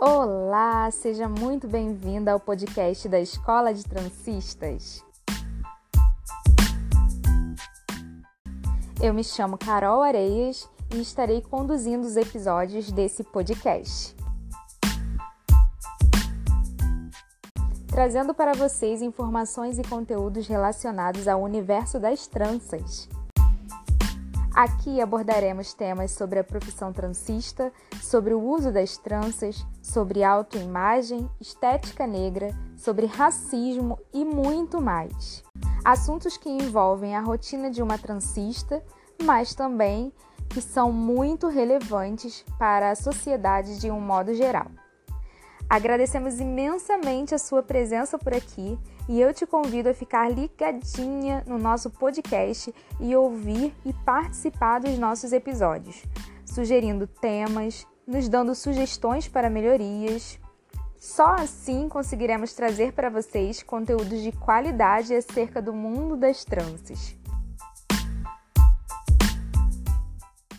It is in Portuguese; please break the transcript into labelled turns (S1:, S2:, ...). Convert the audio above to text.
S1: Olá, seja muito bem-vinda ao podcast da Escola de Transistas. Eu me chamo Carol Areias e estarei conduzindo os episódios desse podcast, trazendo para vocês informações e conteúdos relacionados ao universo das tranças. Aqui abordaremos temas sobre a profissão transista, sobre o uso das tranças, sobre autoimagem, estética negra, sobre racismo e muito mais. Assuntos que envolvem a rotina de uma transista, mas também que são muito relevantes para a sociedade de um modo geral. Agradecemos imensamente a sua presença por aqui e eu te convido a ficar ligadinha no nosso podcast e ouvir e participar dos nossos episódios, sugerindo temas, nos dando sugestões para melhorias. Só assim conseguiremos trazer para vocês conteúdos de qualidade acerca do mundo das tranças.